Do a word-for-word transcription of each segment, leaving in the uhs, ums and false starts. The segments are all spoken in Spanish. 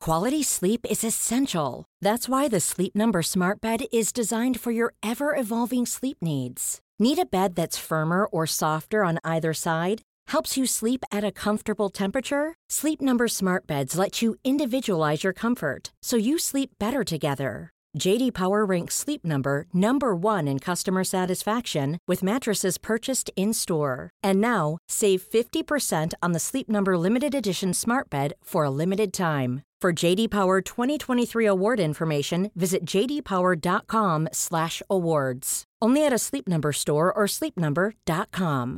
Quality sleep is essential. That's why the Sleep Number Smart Bed is designed for your ever-evolving sleep needs. Need a bed that's firmer or softer on either side? Helps you sleep at a comfortable temperature? Sleep Number Smart Beds let you individualize your comfort, so you sleep better together. J D Power ranks Sleep Number number one in customer satisfaction with mattresses purchased in-store. And now, save fifty percent on the Sleep Number Limited Edition Smart Bed for a limited time. For J D Power twenty twenty-three award information, visit j d power dot com slash awards. Only at a Sleep Number store or sleep number dot com.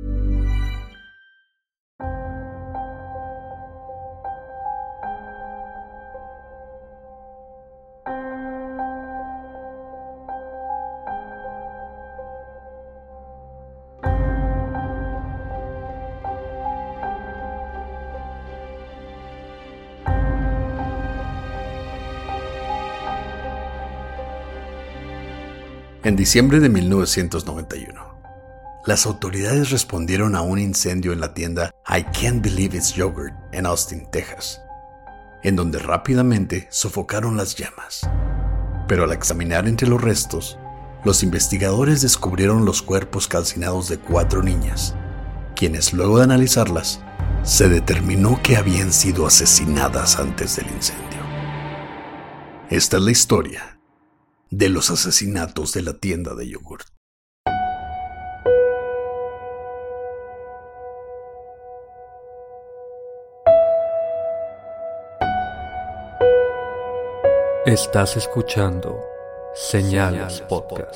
En diciembre de mil novecientos noventa y uno, las autoridades respondieron a un incendio en la tienda I Can't Believe It's Yogurt en Austin, Texas, en donde rápidamente sofocaron las llamas. Pero al examinar entre los restos, los investigadores descubrieron los cuerpos calcinados de cuatro niñas, quienes luego de analizarlas, se determinó que habían sido asesinadas antes del incendio. Esta es la historia de los asesinatos de la tienda de yogurt. Estás escuchando Señales Podcast.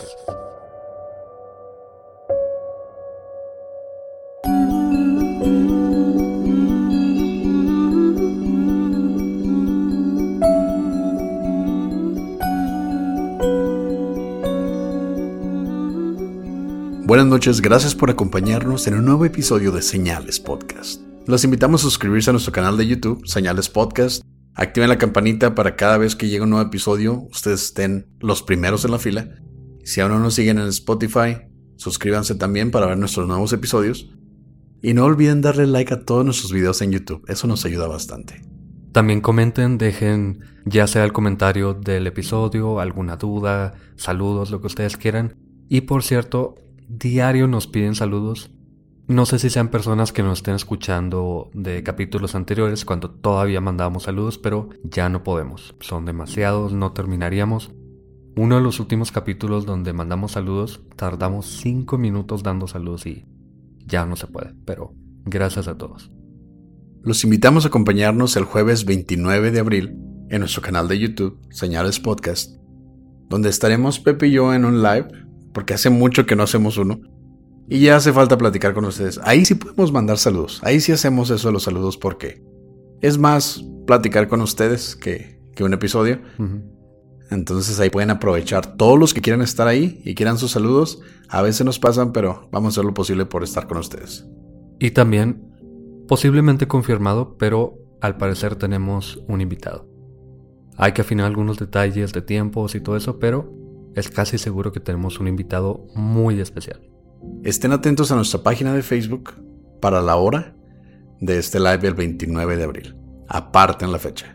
Buenas noches, gracias por acompañarnos en un nuevo episodio de Señales Podcast. Los invitamos a suscribirse a nuestro canal de YouTube, Señales Podcast. Activen la campanita para cada vez que llegue un nuevo episodio, ustedes estén los primeros en la fila. Si aún no nos siguen en Spotify, suscríbanse también para ver nuestros nuevos episodios. Y no olviden darle like a todos nuestros videos en YouTube, eso nos ayuda bastante. También comenten, dejen ya sea el comentario del episodio, alguna duda, saludos, lo que ustedes quieran. Y por cierto, diario nos piden saludos. No sé si sean personas que nos estén escuchando de capítulos anteriores cuando todavía mandábamos saludos, pero ya no podemos. Son demasiados, no terminaríamos. Uno de los últimos capítulos donde mandamos saludos, tardamos cinco minutos dando saludos y ya no se puede, pero gracias a todos. Los invitamos a acompañarnos el jueves veintinueve de abril en nuestro canal de YouTube, Señales Podcast, donde estaremos Pepe y yo en un live, porque hace mucho que no hacemos uno, y ya hace falta platicar con ustedes. Ahí sí podemos mandar saludos, ahí sí hacemos eso de los saludos, porque es más platicar con ustedes que, que un episodio. Uh-huh. Entonces ahí pueden aprovechar todos los que quieran estar ahí y quieran sus saludos. A veces nos pasan, pero vamos a hacer lo posible por estar con ustedes. Y también, posiblemente confirmado, pero al parecer tenemos un invitado. Hay que afinar algunos detalles de tiempos y todo eso, pero es casi seguro que tenemos un invitado muy especial. Estén atentos a nuestra página de Facebook para la hora de este live el veintinueve de abril. Aparten la fecha.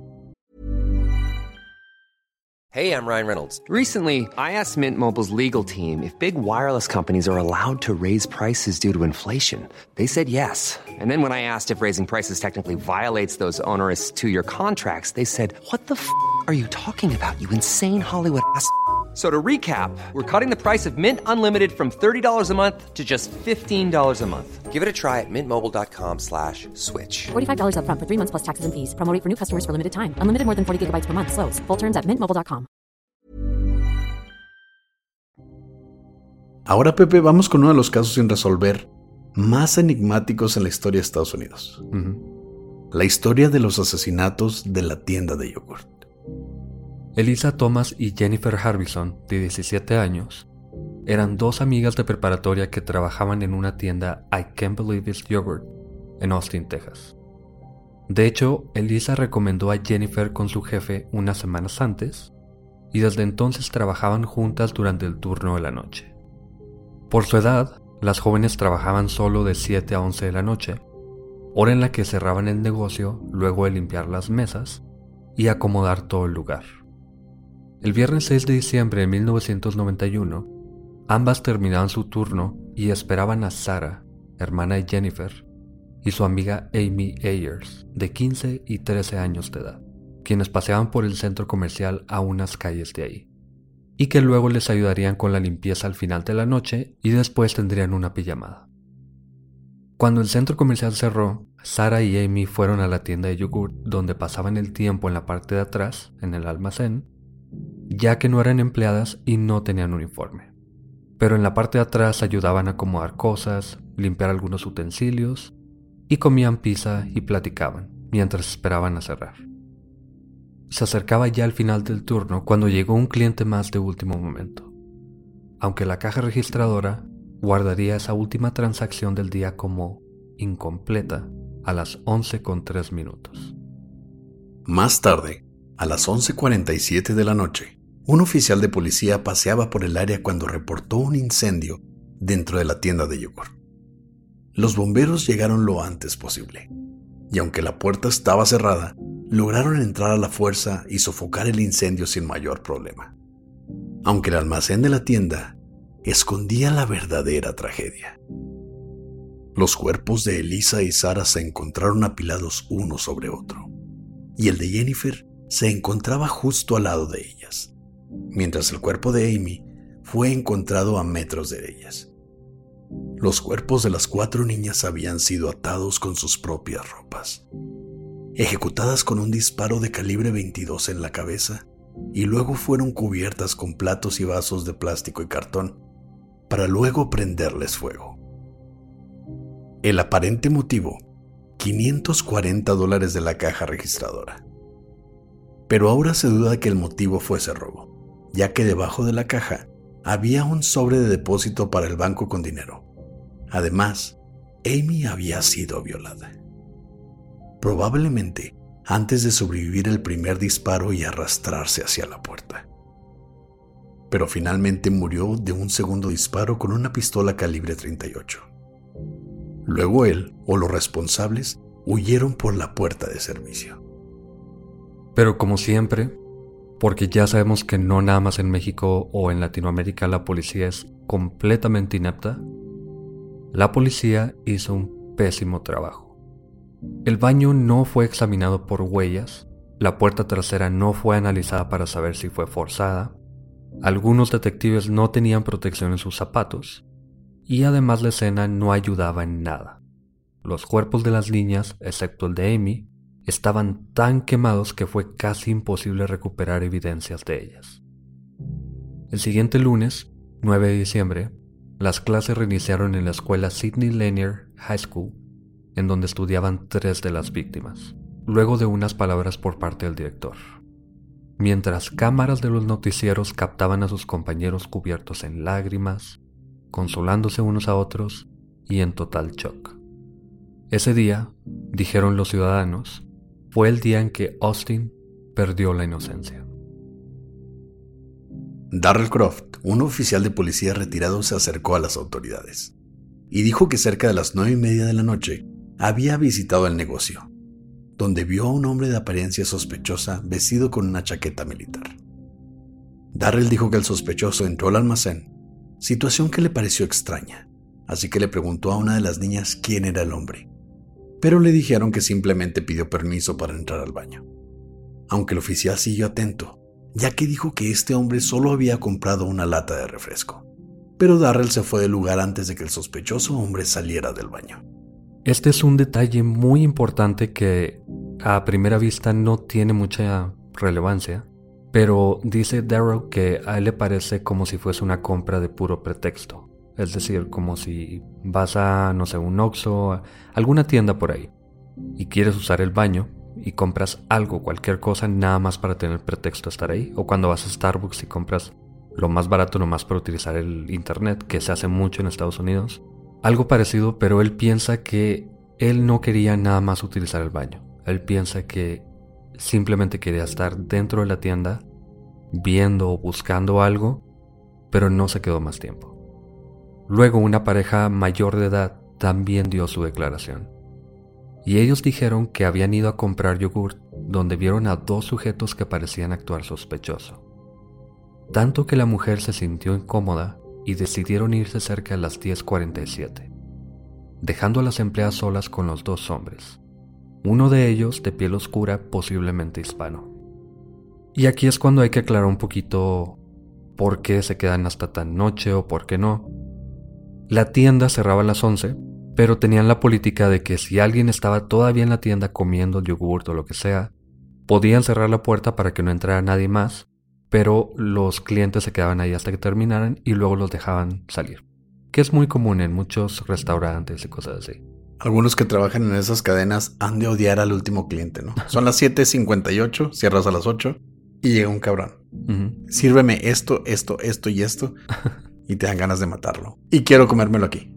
Hey, I'm Ryan Reynolds. Recently, I asked Mint Mobile's legal team if big wireless companies are allowed to raise prices due to inflation. They said yes. And then when I asked if raising prices technically violates those onerous two-year contracts, they said, "What the f*** are you talking about, you insane Hollywood ass?" So to recap, we're cutting the price of Mint Unlimited from thirty dollars a month to just fifteen dollars a month. Give it a try at mintmobile.com slash switch. forty-five dollars up front for three months plus taxes and fees. Promo rate for new customers for limited time. Unlimited more than forty gigabytes per month. Slows full terms at mint mobile dot com. Ahora, Pepe, vamos con uno de los casos sin resolver más enigmáticos en la historia de Estados Unidos. Uh-huh. La historia de los asesinatos de la tienda de yogurt. Elisa Thomas y Jennifer Harbison, de diecisiete años, eran dos amigas de preparatoria que trabajaban en una tienda I Can't Believe It's Yogurt en Austin, Texas. De hecho, Elisa recomendó a Jennifer con su jefe unas semanas antes y desde entonces trabajaban juntas durante el turno de la noche. Por su edad, las jóvenes trabajaban solo de siete a once de la noche, hora en la que cerraban el negocio luego de limpiar las mesas y acomodar todo el lugar. El viernes seis de diciembre de mil novecientos noventa y uno, ambas terminaban su turno y esperaban a Sarah, hermana de Jennifer, y su amiga Amy Ayers, de quince y trece años de edad, quienes paseaban por el centro comercial a unas calles de ahí, y que luego les ayudarían con la limpieza al final de la noche y después tendrían una pijamada. Cuando el centro comercial cerró, Sarah y Amy fueron a la tienda de yogurt donde pasaban el tiempo en la parte de atrás, en el almacén, ya que no eran empleadas y no tenían uniforme. Pero en la parte de atrás ayudaban a acomodar cosas, limpiar algunos utensilios y comían pizza y platicaban mientras esperaban a cerrar. Se acercaba ya al final del turno cuando llegó un cliente más de último momento, aunque la caja registradora guardaría esa última transacción del día como incompleta a las once con tres minutos. Más tarde, a las once cuarenta y siete de la noche, un oficial de policía paseaba por el área cuando reportó un incendio dentro de la tienda de yogur. Los bomberos llegaron lo antes posible, y aunque la puerta estaba cerrada, lograron entrar a la fuerza y sofocar el incendio sin mayor problema. Aunque el almacén de la tienda escondía la verdadera tragedia. Los cuerpos de Elisa y Sarah se encontraron apilados uno sobre otro, y el de Jennifer se encontraba justo al lado de ellas, mientras el cuerpo de Amy fue encontrado a metros de ellas. Los cuerpos de las cuatro niñas habían sido atados con sus propias ropas, ejecutadas con un disparo de calibre veintidós en la cabeza, y luego fueron cubiertas con platos y vasos de plástico y cartón para luego prenderles fuego. El aparente motivo, quinientos cuarenta dólares de la caja registradora. Pero ahora se duda que el motivo fuese robo, ya que debajo de la caja había un sobre de depósito para el banco con dinero. Además, Amy había sido violada. Probablemente antes de sobrevivir el primer disparo y arrastrarse hacia la puerta. Pero finalmente murió de un segundo disparo con una pistola calibre treinta y ocho. Luego él o los responsables huyeron por la puerta de servicio. Pero como siempre, porque ya sabemos que no nada más en México o en Latinoamérica la policía es completamente inepta, la policía hizo un pésimo trabajo. El baño no fue examinado por huellas, la puerta trasera no fue analizada para saber si fue forzada, algunos detectives no tenían protección en sus zapatos, y además la escena no ayudaba en nada. Los cuerpos de las niñas, excepto el de Amy, estaban tan quemados que fue casi imposible recuperar evidencias de ellas. El siguiente lunes, nueve de diciembre, las clases reiniciaron en la escuela Sidney Lanier High School, en donde estudiaban tres de las víctimas, luego de unas palabras por parte del director. Mientras cámaras de los noticieros captaban a sus compañeros cubiertos en lágrimas, consolándose unos a otros y en total shock. Ese día, dijeron los ciudadanos, fue el día en que Austin perdió la inocencia. Darrell Croft, un oficial de policía retirado, se acercó a las autoridades y dijo que cerca de las nueve y media de la noche había visitado el negocio, donde vio a un hombre de apariencia sospechosa vestido con una chaqueta militar. Darrell dijo que el sospechoso entró al almacén, situación que le pareció extraña, así que le preguntó a una de las niñas quién era el hombre, pero le dijeron que simplemente pidió permiso para entrar al baño. Aunque el oficial siguió atento, ya que dijo que este hombre solo había comprado una lata de refresco, pero Darrell se fue del lugar antes de que el sospechoso hombre saliera del baño. Este es un detalle muy importante que a primera vista no tiene mucha relevancia, pero dice Darrell que a él le parece como si fuese una compra de puro pretexto. Es decir, como si vas a, no sé, un Oxxo, a alguna tienda por ahí, y quieres usar el baño y compras algo, cualquier cosa, nada más para tener pretexto a estar ahí. O cuando vas a Starbucks y compras lo más barato nomás para utilizar el internet, que se hace mucho en Estados Unidos. Algo parecido, pero él piensa que él no quería nada más utilizar el baño. Él piensa que simplemente quería estar dentro de la tienda, viendo o buscando algo, pero no se quedó más tiempo. Luego una pareja mayor de edad también dio su declaración. y ellos dijeron que habían ido a comprar yogurt donde vieron a dos sujetos que parecían actuar sospechoso. Tanto que la mujer se sintió incómoda y decidieron irse cerca de las diez cuarenta y siete, dejando a las empleadas solas con los dos hombres, uno de ellos de piel oscura, posiblemente hispano. Y aquí es cuando hay que aclarar un poquito por qué se quedan hasta tan noche o por qué no. La tienda cerraba a las once, pero tenían la política de que si alguien estaba todavía en la tienda comiendo yogurt o lo que sea, podían cerrar la puerta para que no entrara nadie más, pero los clientes se quedaban ahí hasta que terminaran y luego los dejaban salir, que es muy común en muchos restaurantes y cosas así. Algunos que trabajan en esas cadenas han de odiar al último cliente, ¿no? Son las siete cincuenta y ocho, cierras a las ocho y llega un cabrón. Uh-huh. Sírveme esto, esto, esto y esto y te dan ganas de matarlo. Y quiero comérmelo aquí.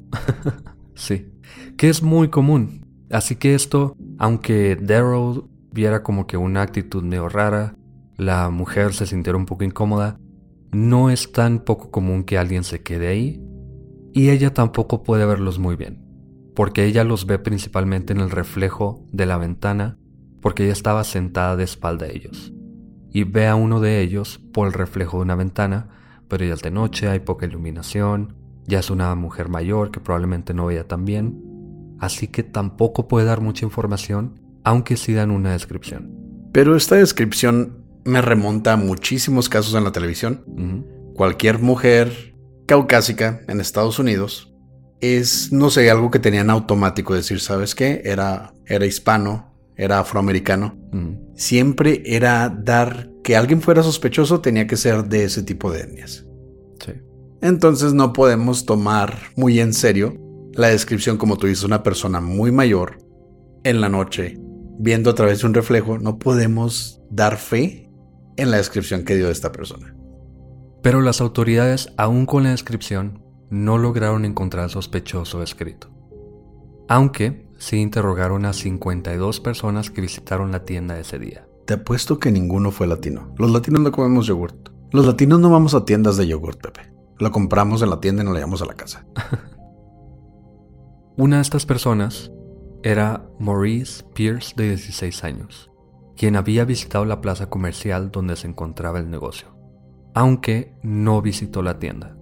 Sí, que es muy común. Así que esto, aunque Darrow viera como que una actitud medio rara, la mujer se sintiera un poco incómoda, no es tan poco común que alguien se quede ahí, y ella tampoco puede verlos muy bien, porque ella los ve principalmente en el reflejo de la ventana, porque ella estaba sentada de espalda a ellos, y ve a uno de ellos por el reflejo de una ventana, pero ya es de noche, hay poca iluminación, ya es una mujer mayor que probablemente no veía tan bien, así que tampoco puede dar mucha información, aunque sí dan una descripción. Pero esta descripción me remonta a muchísimos casos en la televisión. Uh-huh. Cualquier mujer caucásica en Estados Unidos es, no sé, algo que tenían automático, decir, ¿sabes qué? Era, era hispano, era afroamericano. Uh-huh. Siempre era dar que alguien fuera sospechoso, tenía que ser de ese tipo de etnias. Sí. Entonces no podemos tomar muy en serio la descripción, como tú dices, una persona muy mayor en la noche, viendo a través de un reflejo. No podemos dar fe en la descripción que dio esta persona. Pero las autoridades, aún con la descripción, no lograron encontrar al sospechoso escrito. Aunque sí interrogaron a cincuenta y dos personas que visitaron la tienda ese día. Te apuesto que ninguno fue latino. Los latinos no comemos yogurt. Los latinos no vamos a tiendas de yogurt, Pepe. Lo compramos en la tienda y nos lo llevamos a la casa. Una de estas personas era Maurice Pierce, de dieciséis años, quien había visitado la plaza comercial donde se encontraba el negocio, aunque no visitó la tienda.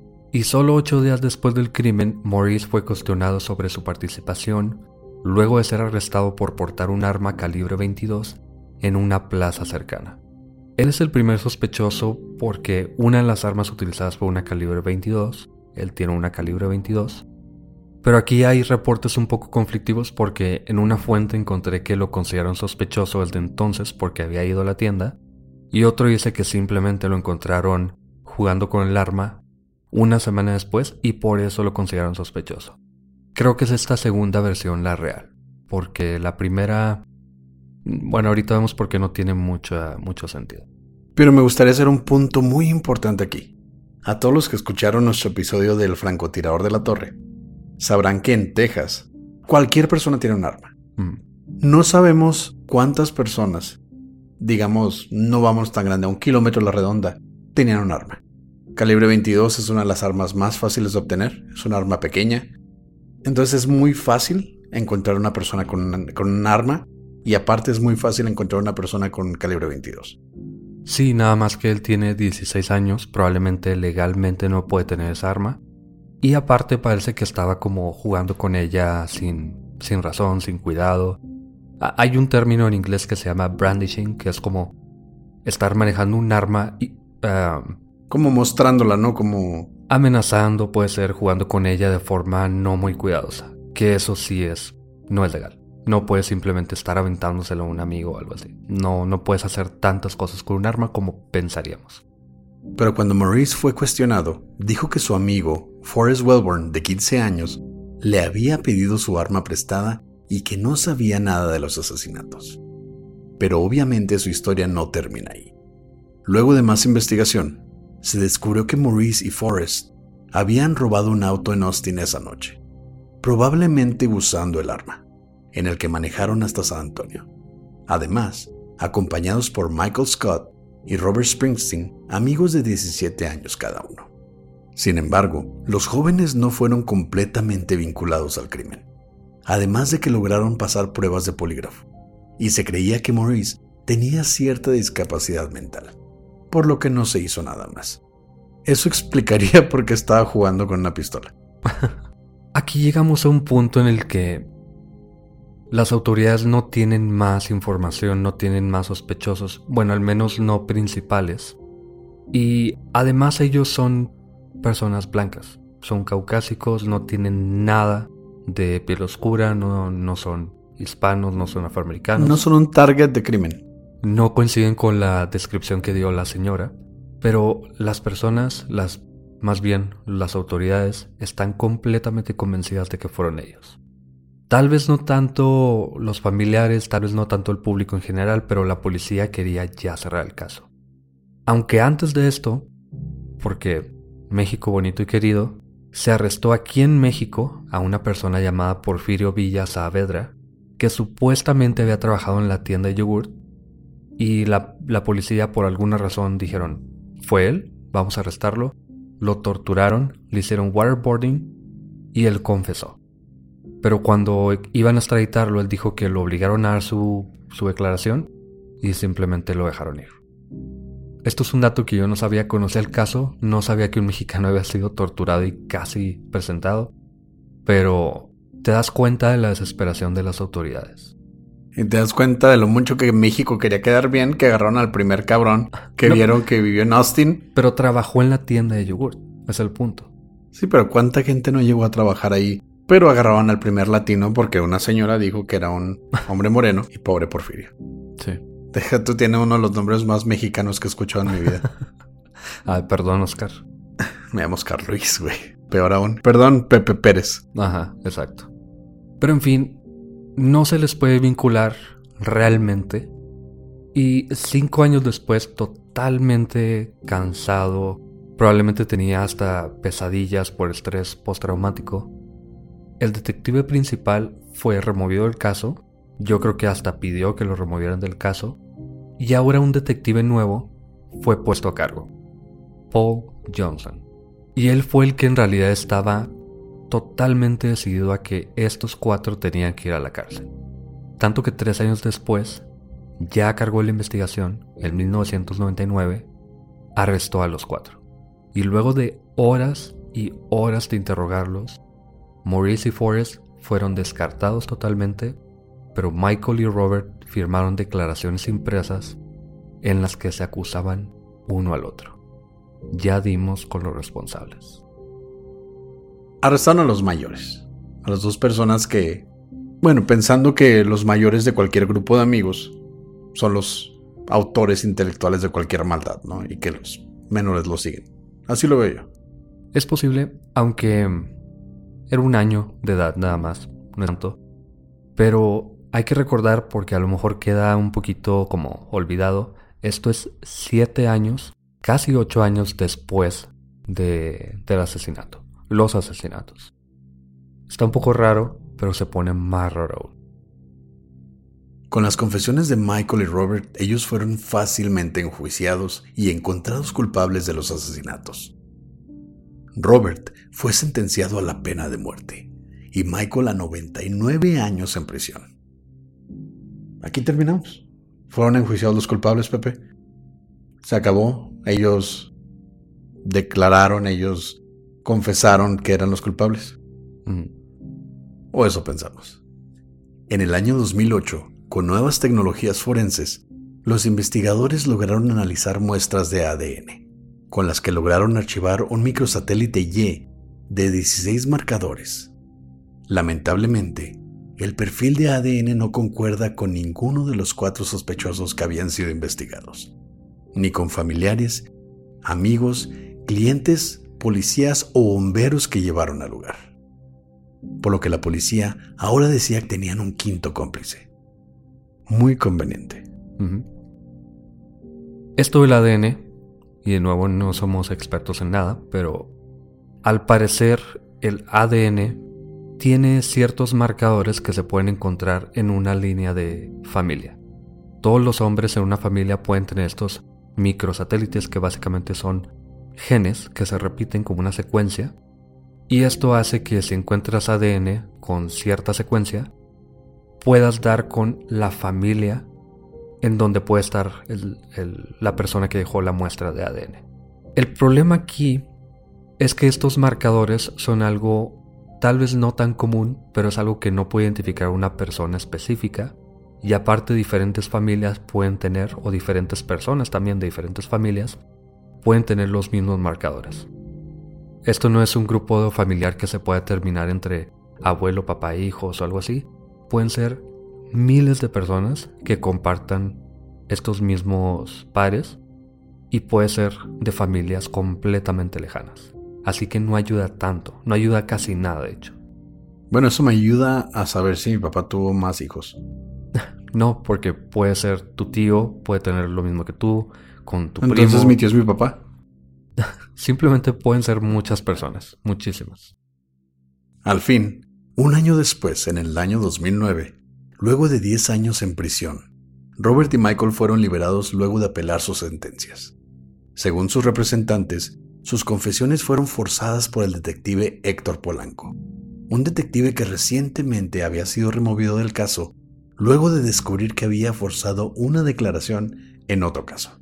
Y solo ocho días después del crimen, Maurice fue cuestionado sobre su participación, luego de ser arrestado por portar un arma calibre veintidós en una plaza cercana. Él es el primer sospechoso porque una de las armas utilizadas fue una calibre veintidós, él tiene una calibre veintidós, pero aquí hay reportes un poco conflictivos porque en una fuente encontré que lo consideraron sospechoso desde entonces porque había ido a la tienda, y otro dice que simplemente lo encontraron jugando con el arma una semana después y por eso lo consideraron sospechoso. Creo que es esta segunda versión la real, porque la primera, bueno, ahorita vemos por qué no tiene mucha, mucho sentido. Pero me gustaría hacer un punto muy importante aquí. A todos los que escucharon nuestro episodio del francotirador de la torre, sabrán que en Texas cualquier persona tiene un arma. Mm. No sabemos cuántas personas, digamos, no vamos tan grande, a un kilómetro a la redonda, tenían un arma. Calibre veintidós es una de las armas más fáciles de obtener, es un arma pequeña. Entonces es muy fácil encontrar una persona con, una, con un arma, y aparte es muy fácil encontrar una persona con calibre veintidós. Sí, nada más que él tiene dieciséis años, probablemente legalmente no puede tener esa arma. Y aparte parece que estaba como jugando con ella sin, sin razón, sin cuidado. Hay un término en inglés que se llama brandishing, que es como estar manejando un arma y... Uh, como mostrándola, ¿no? Como... amenazando, puede ser jugando con ella de forma no muy cuidadosa. Que eso sí es... no es legal. No puedes simplemente estar aventándoselo a un amigo o algo así. No, no puedes hacer tantas cosas con un arma como pensaríamos. Pero cuando Maurice fue cuestionado, dijo que su amigo, Forrest Wellborn, de quince años, le había pedido su arma prestada y que no sabía nada de los asesinatos. Pero obviamente su historia no termina ahí. Luego de más investigación, se descubrió que Maurice y Forrest habían robado un auto en Austin esa noche, probablemente usando el arma, en el que manejaron hasta San Antonio. Además, acompañados por Michael Scott y Robert Springsteen, amigos de diecisiete años cada uno. Sin embargo, los jóvenes no fueron completamente vinculados al crimen. además de que lograron pasar pruebas de polígrafo, y se creía que Maurice tenía cierta discapacidad mental, por lo que no se hizo nada más. Eso explicaría por qué estaba jugando con una pistola. Aquí llegamos a un punto en el que las autoridades no tienen más información, no tienen más sospechosos, bueno, al menos no principales. Y además ellos son personas blancas, son caucásicos, no tienen nada de piel oscura, no, no son hispanos, no son afroamericanos. No son un target de crimen. No coinciden con la descripción que dio la señora, pero las personas, las más bien las autoridades, están completamente convencidas de que fueron ellos. Tal vez no tanto los familiares, tal vez no tanto el público en general, pero la policía quería ya cerrar el caso. Aunque antes de esto, porque México bonito y querido, se arrestó aquí en México a una persona llamada Porfirio Villa Saavedra, que supuestamente había trabajado en la tienda de yogurt, y la, la policía por alguna razón dijeron, fue él, vamos a arrestarlo, lo torturaron, le hicieron waterboarding y él confesó. Pero cuando iban a extraditarlo, él dijo que lo obligaron a dar su, su declaración y simplemente lo dejaron ir. Esto es un dato que yo no sabía, conocía el caso, no sabía que un mexicano había sido torturado y casi presentado, pero te das cuenta de la desesperación de las autoridades. Y te das cuenta de lo mucho que México quería quedar bien, que agarraron al primer cabrón que no, vieron que vivió en Austin. Pero trabajó en la tienda de yogurt, es el punto. Sí, pero ¿cuánta gente no llegó a trabajar ahí? Pero agarraban al primer latino porque una señora dijo que era un hombre moreno y pobre Porfirio. Sí. Deja, tú tienes uno de los nombres más mexicanos que he escuchado en mi vida. Ay, perdón, Oscar. Me llamo Oscar Luis, güey. Peor aún. Perdón, Pepe Pérez. Ajá, exacto. Pero en fin, no se les puede vincular realmente. Y cinco años después, totalmente cansado, probablemente tenía hasta pesadillas por estrés postraumático, el detective principal fue removido del caso. Yo creo que hasta pidió que lo removieran del caso. Y ahora un detective nuevo fue puesto a cargo, Paul Johnson. Y él fue el que en realidad estaba totalmente decidido a que estos cuatro tenían que ir a la cárcel. Tanto que tres años después, ya cargó la investigación, en mil novecientos noventa y nueve, arrestó a los cuatro. Y luego de horas y horas de interrogarlos, Maurice y Forrest fueron descartados totalmente, pero Michael y Robert firmaron declaraciones impresas en las que se acusaban uno al otro. Ya dimos con los responsables. Arrestaron a los mayores, a las dos personas que, bueno, pensando que los mayores de cualquier grupo de amigos son los autores intelectuales de cualquier maldad, ¿no? Y que los menores lo siguen. Así lo veo yo. Es posible, aunque era un año de edad nada más, no es tanto. Pero hay que recordar, porque a lo mejor queda un poquito como olvidado, esto es siete años, casi ocho años después de, del asesinato, los asesinatos. Está un poco raro, pero se pone más raro aún. Con las confesiones de Michael y Robert, ellos fueron fácilmente enjuiciados y encontrados culpables de los asesinatos. Robert fue sentenciado a la pena de muerte y Michael a noventa y nueve años en prisión. Aquí terminamos. ¿Fueron enjuiciados los culpables, Pepe? Se acabó. Ellos declararon, ellos confesaron que eran los culpables. Mm. O eso pensamos. En el año dos mil ocho, con nuevas tecnologías forenses, los investigadores lograron analizar muestras de A D N, con las que lograron archivar un microsatélite Y de dieciséis marcadores. Lamentablemente, el perfil de A D N no concuerda con ninguno de los cuatro sospechosos que habían sido investigados, ni con familiares, amigos, clientes, policías o bomberos que llevaron al lugar. Por lo que la policía ahora decía que tenían un quinto cómplice. Muy conveniente. Uh-huh. Esto del A D N, y de nuevo no somos expertos en nada, pero al parecer el A D N tiene ciertos marcadores que se pueden encontrar en una línea de familia. Todos los hombres en una familia pueden tener estos microsatélites que básicamente son genes que se repiten como una secuencia, Y esto hace que si encuentras A D N con cierta secuencia, puedas dar con la familia en donde puede estar el, el, la persona que dejó la muestra de A D N. El problema aquí es que estos marcadores son algo tal vez no tan común, pero es algo que no puede identificar una persona específica. Y aparte, diferentes familias pueden tener, o diferentes personas también de diferentes familias, pueden tener los mismos marcadores. Esto no es un grupo familiar que se pueda determinar entre abuelo, papá, hijos o algo así. Pueden ser miles de personas que compartan estos mismos pares y puede ser de familias completamente lejanas. Así que no ayuda tanto, no ayuda casi nada de hecho. Bueno, eso me ayuda a saber si mi papá tuvo más hijos. No, porque puede ser tu tío, puede tener lo mismo que tú, con tu Entonces, primo. mi tío es mi papá. Simplemente pueden ser muchas personas, muchísimas. Al fin, un año después, en el año dos mil nueve, luego de diez años en prisión, Robert y Michael fueron liberados luego de apelar sus sentencias. Según sus representantes, sus confesiones fueron forzadas por el detective Héctor Polanco, un detective que recientemente había sido removido del caso luego de descubrir que había forzado una declaración en otro caso.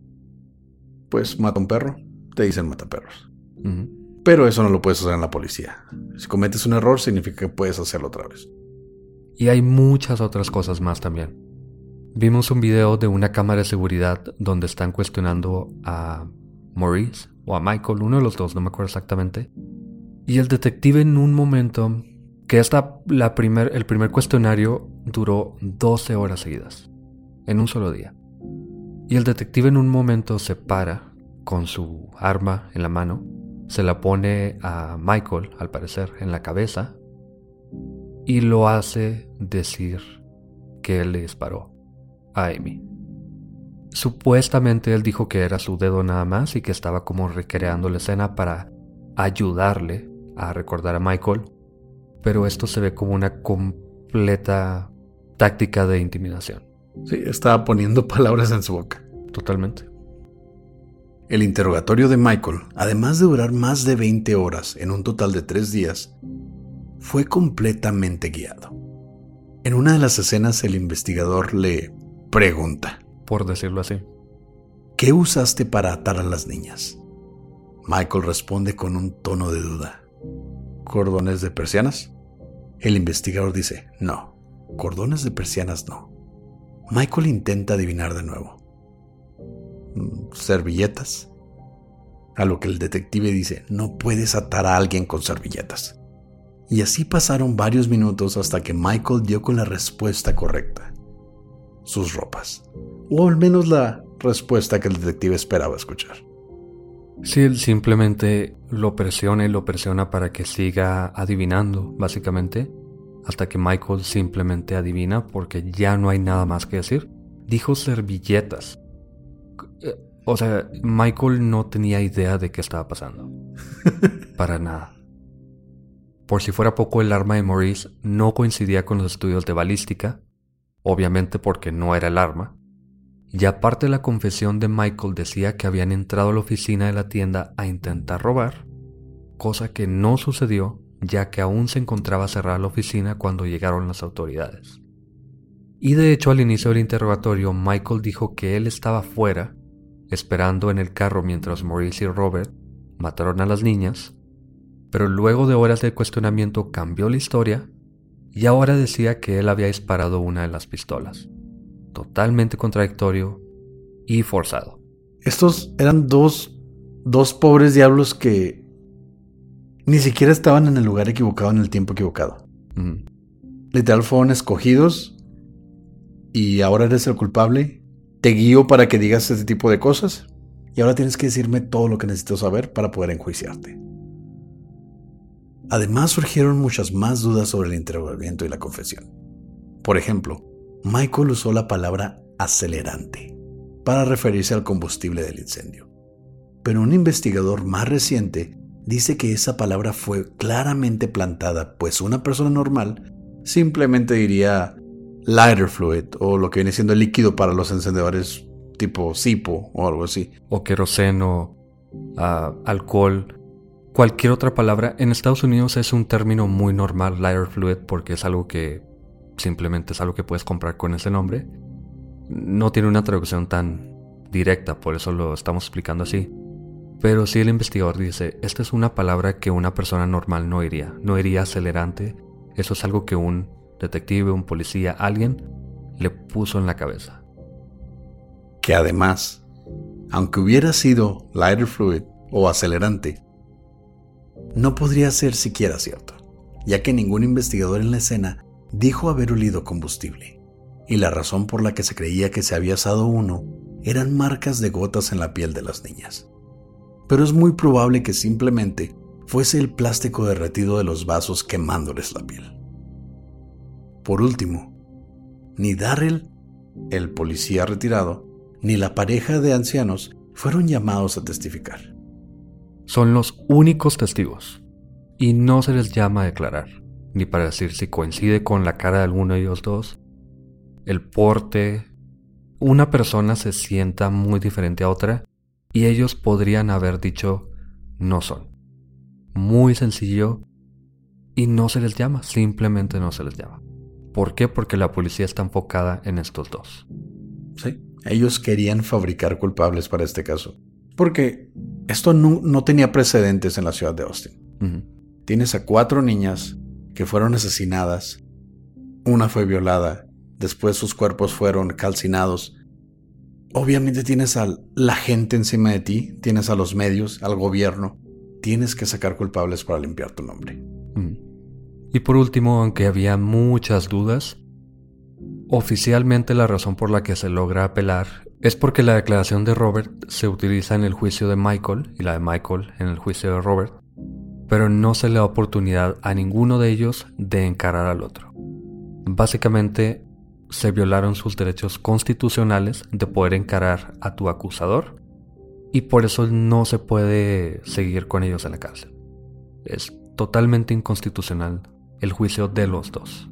Pues mata un perro, te dicen mataperros. Uh-huh. Pero eso no lo puedes hacer en la policía. Si cometes un error, significa que puedes hacerlo otra vez. Y hay muchas otras cosas más también. Vimos un video de una cámara de seguridad donde están cuestionando a Maurice o a Michael, uno de los dos, no me acuerdo exactamente. Y el detective en un momento, que esta, la primer, el primer cuestionario duró doce horas seguidas, en un solo día. Y el detective en un momento se para con su arma en la mano, se la pone a Michael, al parecer, en la cabeza, y lo hace decir que él le disparó a Amy. Supuestamente él dijo que era su dedo nada más y que estaba como recreando la escena para ayudarle a recordar a Michael, pero esto se ve como una completa táctica de intimidación. Sí, estaba poniendo palabras en su boca. Totalmente. El interrogatorio de Michael, además de durar más de veinte horas en un total de tres días, fue completamente guiado. En una de las escenas el investigador le pregunta, por decirlo así, ¿qué usaste para atar a las niñas? Michael responde con un tono de duda, ¿cordones de persianas? El investigador dice, no, cordones de persianas no. Michael intenta adivinar de nuevo. ¿Servilletas? A lo que el detective dice, no puedes atar a alguien con servilletas. Y así pasaron varios minutos hasta que Michael dio con la respuesta correcta. Sus ropas. O al menos la respuesta que el detective esperaba escuchar. Sí, él simplemente lo presiona y lo presiona para que siga adivinando, básicamente, hasta que Michael simplemente adivina porque ya no hay nada más que decir. Dijo servilletas. O sea, Michael no tenía idea de qué estaba pasando. Para nada. Por si fuera poco, el arma de Maurice no coincidía con los estudios de balística, obviamente porque no era el arma. Y aparte, la confesión de Michael decía que habían entrado a la oficina de la tienda a intentar robar, cosa que no sucedió, ya que aún se encontraba cerrada la oficina cuando llegaron las autoridades. Y de hecho, al inicio del interrogatorio, Michael dijo que él estaba fuera, esperando en el carro mientras Maurice y Robert mataron a las niñas, pero luego de horas de cuestionamiento cambió la historia y ahora decía que él había disparado una de las pistolas. Totalmente contradictorio y forzado. Estos eran dos, dos pobres diablos que ni siquiera estaban en el lugar equivocado en el tiempo equivocado. Mm. Literal fueron escogidos y ahora eres el culpable. Te guío para que digas ese tipo de cosas y ahora tienes que decirme todo lo que necesito saber para poder enjuiciarte. Además surgieron muchas más dudas sobre el interrogamiento y la confesión. Por ejemplo, Michael usó la palabra acelerante para referirse al combustible del incendio. Pero un investigador más reciente dice que esa palabra fue claramente plantada, pues una persona normal simplemente diría lighter fluid o lo que viene siendo el líquido para los encendedores tipo Zippo o algo así. O queroseno, uh, alcohol. cualquier otra palabra. En Estados Unidos es un término muy normal, lighter fluid, porque es algo que simplemente es algo que puedes comprar con ese nombre. No tiene una traducción tan directa, por eso lo estamos explicando así. Pero sí el investigador dice, esta es una palabra que una persona normal no diría. No diría acelerante. Eso es algo que un detective, un policía, alguien le puso en la cabeza. Que además, aunque hubiera sido lighter fluid o acelerante, no podría ser siquiera cierto, ya que ningún investigador en la escena dijo haber olido combustible, y la razón por la que se creía que se había asado uno eran marcas de gotas en la piel de las niñas. Pero es muy probable que simplemente fuese el plástico derretido de los vasos quemándoles la piel. Por último, ni Darrell, el policía retirado, ni la pareja de ancianos fueron llamados a testificar. Son los únicos testigos, y no se les llama a declarar, ni para decir si coincide con la cara de alguno de ellos dos, el porte. Una persona se sienta muy diferente a otra, y ellos podrían haber dicho no son. Muy sencillo, y no se les llama, simplemente no se les llama. ¿Por qué? Porque la policía está enfocada en estos dos. Sí, ellos querían fabricar culpables para este caso, porque esto no, no tenía precedentes en la ciudad de Austin. Uh-huh. Tienes a cuatro niñas que fueron asesinadas, una fue violada, después sus cuerpos fueron calcinados. Obviamente tienes a la gente encima de ti, tienes a los medios, al gobierno. Tienes que sacar culpables para limpiar tu nombre. Mm. Y por último, aunque había muchas dudas, oficialmente la razón por la que se logra apelar es porque la declaración de Robert se utiliza en el juicio de Michael y la de Michael en el juicio de Robert, pero no se le da oportunidad a ninguno de ellos de encarar al otro. Básicamente, se violaron sus derechos constitucionales de poder encarar a tu acusador y por eso no se puede seguir con ellos en la cárcel. Es totalmente inconstitucional el juicio de los dos.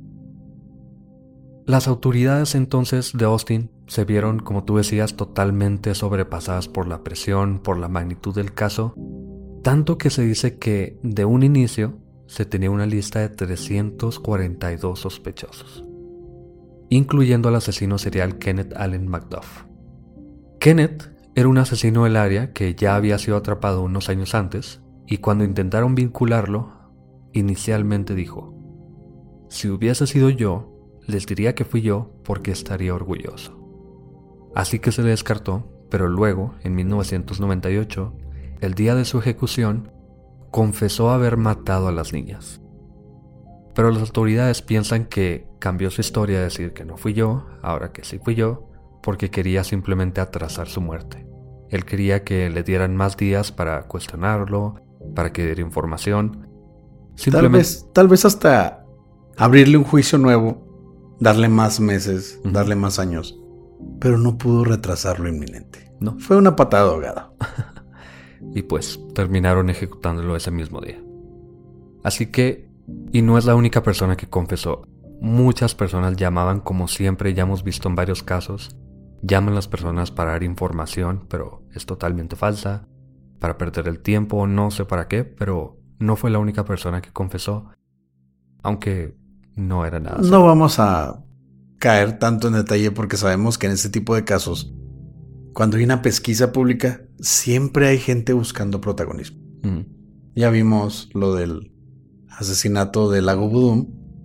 Las autoridades entonces de Austin se vieron, como tú decías, totalmente sobrepasadas por la presión, por la magnitud del caso, tanto que se dice que de un inicio se tenía una lista de trescientos cuarenta y dos sospechosos, incluyendo al asesino serial Kenneth Allen McDuff. Kenneth era un asesino del área que ya había sido atrapado unos años antes, y cuando intentaron vincularlo, inicialmente dijo: si hubiese sido yo, les diría que fui yo porque estaría orgulloso. Así que se le descartó, pero luego, en mil novecientos noventa y ocho, el día de su ejecución, confesó haber matado a las niñas. Pero las autoridades piensan que cambió su historia a decir que no fui yo, ahora que sí fui yo, porque quería simplemente atrasar su muerte. Él quería que le dieran más días para cuestionarlo, para que diera información. Simplemente... Tal vez, tal vez hasta abrirle un juicio nuevo, darle más meses, uh-huh. darle más años, pero no pudo retrasar lo inminente. No. Fue una patada de ahogado. Y pues terminaron ejecutándolo ese mismo día. Así que, y no es la única persona que confesó. Muchas personas llamaban, como siempre ya hemos visto en varios casos, llaman a las personas para dar información, pero es totalmente falsa, para perder el tiempo, no sé para qué, pero no fue la única persona que confesó, aunque no era nada. No vamos a caer tanto en detalle porque sabemos que en este tipo de casos, cuando hay una pesquisa pública, siempre hay gente buscando protagonismo. Mm. Ya vimos lo del asesinato del Lago Budum,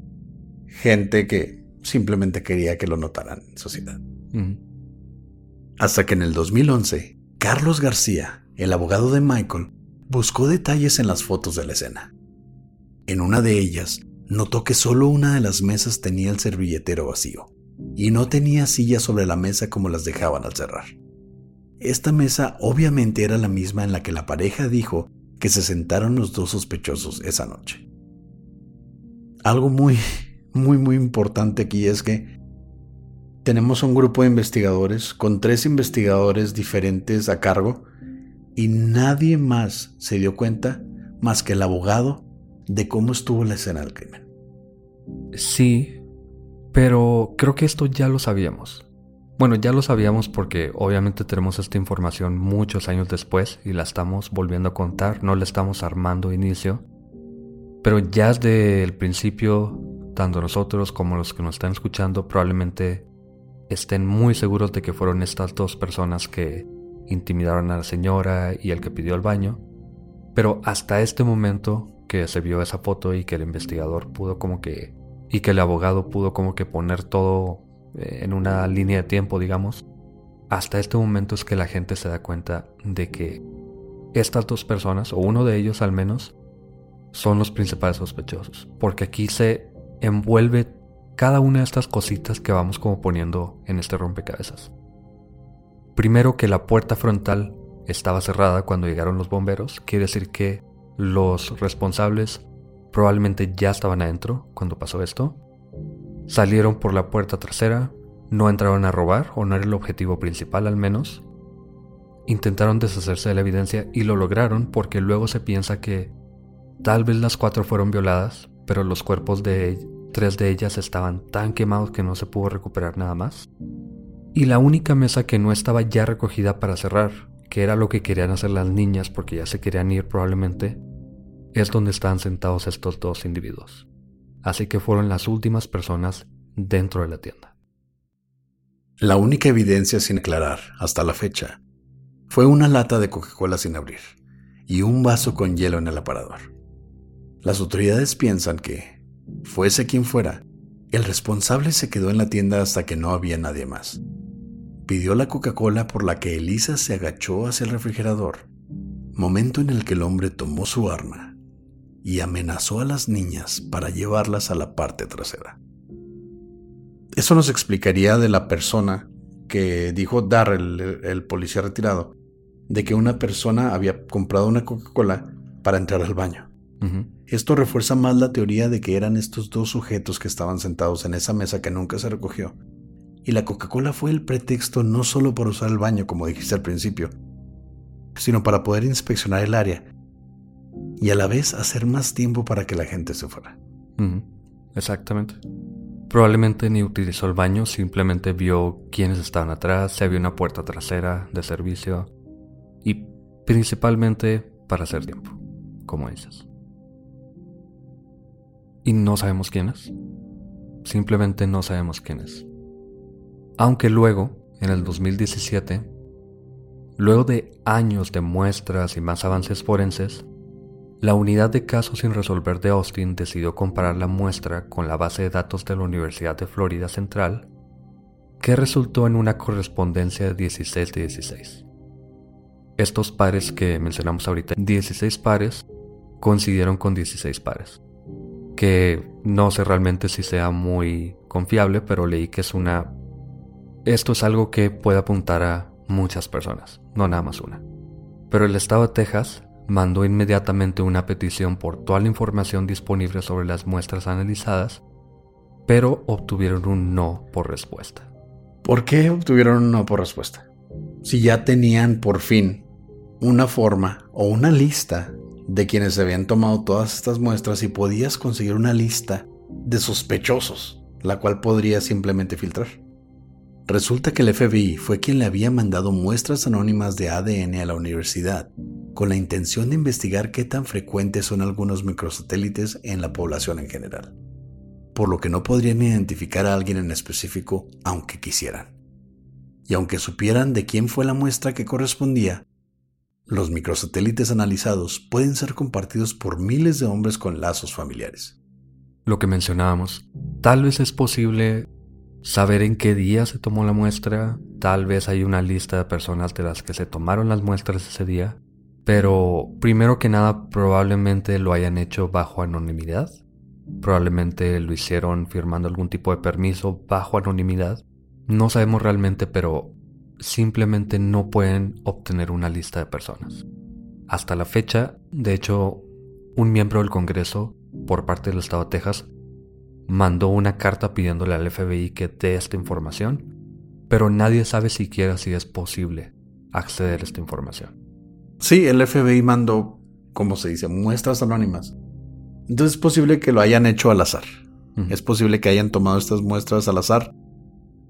gente que simplemente quería que lo notaran en sociedad. Mm. Hasta que en el dos mil once, Carlos García, el abogado de Michael, buscó detalles en las fotos de la escena. En una de ellas, notó que solo una de las mesas tenía el servilletero vacío y no tenía sillas sobre la mesa como las dejaban al cerrar. Esta mesa obviamente era la misma en la que la pareja dijo que se sentaron los dos sospechosos esa noche. Algo muy, muy, muy importante aquí es que tenemos un grupo de investigadores con tres investigadores diferentes a cargo y nadie más se dio cuenta más que el abogado de cómo estuvo la escena del crimen. Sí, pero creo que esto ya lo sabíamos. Bueno, ya lo sabíamos porque obviamente tenemos esta información muchos años después y la estamos volviendo a contar, no la estamos armando de inicio. Pero ya desde el principio, tanto nosotros como los que nos están escuchando probablemente estén muy seguros de que fueron estas dos personas que intimidaron a la señora y el que pidió el baño. Pero hasta este momento que se vio esa foto y que el investigador pudo como que... y que el abogado pudo como que poner todo en una línea de tiempo, digamos, hasta este momento es que la gente se da cuenta de que estas dos personas, o uno de ellos al menos, son los principales sospechosos, porque aquí se envuelve cada una de estas cositas que vamos como poniendo en este rompecabezas. Primero, que la puerta frontal estaba cerrada cuando llegaron los bomberos, quiere decir que los responsables probablemente ya estaban adentro cuando pasó esto. Salieron por la puerta trasera, no entraron a robar, o no era el objetivo principal al menos. Intentaron deshacerse de la evidencia y lo lograron porque luego se piensa que tal vez las cuatro fueron violadas, pero los cuerpos de tres de ellas estaban tan quemados que no se pudo recuperar nada más. Y la única mesa que no estaba ya recogida para cerrar, que era lo que querían hacer las niñas porque ya se querían ir probablemente, es donde estaban sentados estos dos individuos. Así que fueron las últimas personas dentro de la tienda. La única evidencia sin aclarar, hasta la fecha, fue una lata de Coca-Cola sin abrir y un vaso con hielo en el aparador. Las autoridades piensan que, fuese quien fuera, el responsable se quedó en la tienda hasta que no había nadie más. Pidió la Coca-Cola, por la que Elisa se agachó hacia el refrigerador, momento en el que el hombre tomó su arma y amenazó a las niñas para llevarlas a la parte trasera. Eso nos explicaría de la persona que dijo Darrell, el, el policía retirado, de que una persona había comprado una Coca-Cola para entrar al baño. Uh-huh. Esto refuerza más la teoría de que eran estos dos sujetos que estaban sentados en esa mesa que nunca se recogió. Y la Coca-Cola fue el pretexto no solo para usar el baño, como dijiste al principio, sino para poder inspeccionar el área y a la vez hacer más tiempo para que la gente se fuera. Uh-huh. Exactamente. Probablemente ni utilizó el baño, simplemente vio quiénes estaban atrás, se vio una puerta trasera de servicio y principalmente para hacer tiempo, como dices. Y no sabemos quién es. Simplemente no sabemos quién es. Aunque luego, en el dos mil diecisiete, luego de años de muestras y más avances forenses, la unidad de casos sin resolver de Austin decidió comparar la muestra con la base de datos de la Universidad de Florida Central, que resultó en una correspondencia de dieciséis de dieciséis. Estos pares que mencionamos ahorita, dieciséis pares, coincidieron con dieciséis pares, que no sé realmente si sea muy confiable, pero leí que es una... Esto es algo que puede apuntar a muchas personas, no nada más una. Pero el estado de Texas mandó inmediatamente una petición por toda la información disponible sobre las muestras analizadas, pero obtuvieron un no por respuesta. ¿Por qué obtuvieron un no por respuesta? Si ya tenían por fin una forma o una lista de quienes se habían tomado todas estas muestras y podías conseguir una lista de sospechosos, la cual podría simplemente filtrar. Resulta que el F B I fue quien le había mandado muestras anónimas de A D N a la universidad, con la intención de investigar qué tan frecuentes son algunos microsatélites en la población en general, por lo que no podrían identificar a alguien en específico aunque quisieran. Y aunque supieran de quién fue la muestra que correspondía, los microsatélites analizados pueden ser compartidos por miles de hombres con lazos familiares. Lo que mencionábamos, tal vez es posible saber en qué día se tomó la muestra, tal vez hay una lista de personas de las que se tomaron las muestras ese día, pero primero que nada probablemente lo hayan hecho bajo anonimidad, probablemente lo hicieron firmando algún tipo de permiso bajo anonimidad, no sabemos realmente, pero simplemente no pueden obtener una lista de personas. Hasta la fecha, de hecho, un miembro del Congreso, por parte del estado de Texas, mandó una carta pidiéndole al F B I que dé esta información, pero nadie sabe siquiera si es posible acceder a esta información. Sí, el F B I mandó, como se dice, muestras anónimas. Entonces es posible que lo hayan hecho al azar. Uh-huh. Es posible que hayan tomado estas muestras al azar.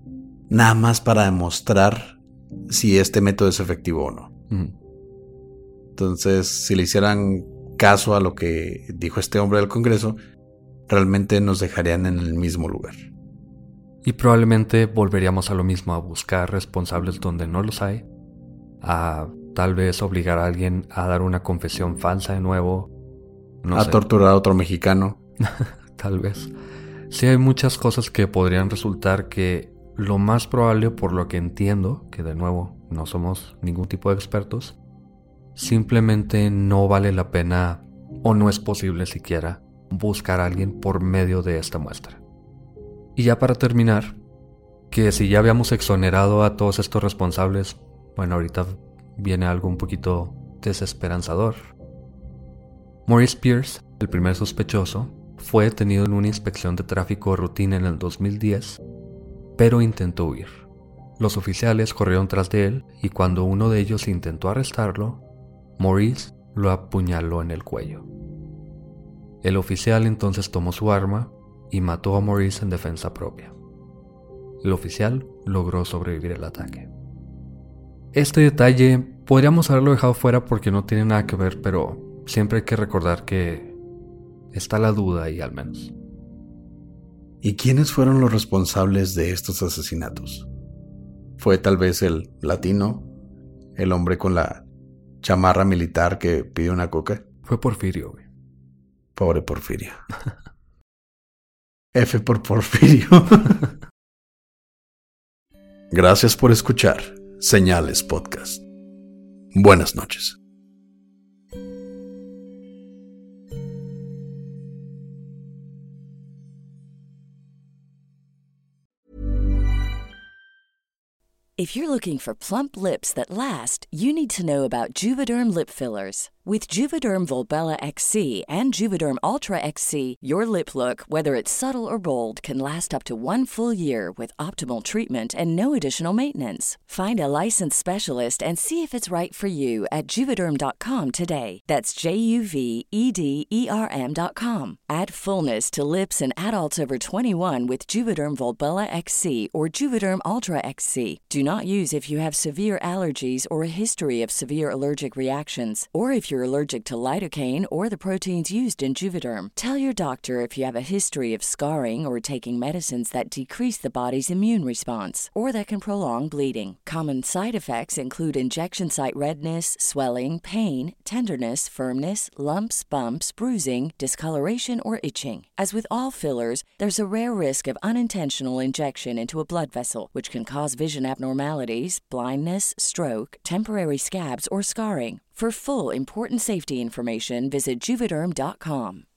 nada más para demostrar si este método es efectivo o no. Uh-huh. Entonces, si le hicieran caso a lo que dijo este hombre del Congreso, realmente nos dejarían en el mismo lugar. Y probablemente volveríamos a lo mismo, a buscar responsables donde no los hay, a tal vez obligar a alguien a dar una confesión falsa de nuevo. No a sé. torturar a otro mexicano. Tal vez. Sí, hay muchas cosas que podrían resultar que lo más probable, por lo que entiendo, que de nuevo no somos ningún tipo de expertos, simplemente no vale la pena o no es posible siquiera buscar a alguien por medio de esta muestra. Y ya para terminar, que si ya habíamos exonerado a todos estos responsables, bueno, ahorita viene algo un poquito desesperanzador. Maurice Pierce, el primer sospechoso, fue detenido en una inspección de tráfico de rutina en el dos mil diez, pero intentó huir. Los oficiales corrieron tras de él y cuando uno de ellos intentó arrestarlo, Maurice lo apuñaló en el cuello. El oficial entonces tomó su arma y mató a Maurice en defensa propia. El oficial logró sobrevivir el ataque. Este detalle podríamos haberlo dejado fuera porque no tiene nada que ver, pero siempre hay que recordar que está la duda ahí al menos. ¿Y quiénes fueron los responsables de estos asesinatos? ¿Fue tal vez el latino? ¿El hombre con la chamarra militar que pidió una coca? Fue Porfirio, güey. Pobre Porfirio. F por Porfirio. Gracias por escuchar Señales Podcast. Buenas noches. If you're looking for plump lips that last, you need to know about Juvederm lip fillers. With Juvederm Volbella X C and Juvederm Ultra X C, your lip look, whether it's subtle or bold, can last up to one full year with optimal treatment and no additional maintenance. Find a licensed specialist and see if it's right for you at Juvederm dot com today. That's J U V E D E R M dot com. Add fullness to lips in adults over twenty-one with Juvederm Volbella X C or Juvederm Ultra X C. Do not use if you have severe allergies or a history of severe allergic reactions, or if you're allergic to lidocaine or the proteins used in Juvederm. Tell your doctor if you have a history of scarring or taking medicines that decrease the body's immune response or that can prolong bleeding. Common side effects include injection site redness, swelling, pain, tenderness, firmness, lumps, bumps, bruising, discoloration, or itching. As with all fillers, there's a rare risk of unintentional injection into a blood vessel, which can cause vision abnormalities, blindness, stroke, temporary scabs, or scarring. For full important safety information, visit Juvederm dot com.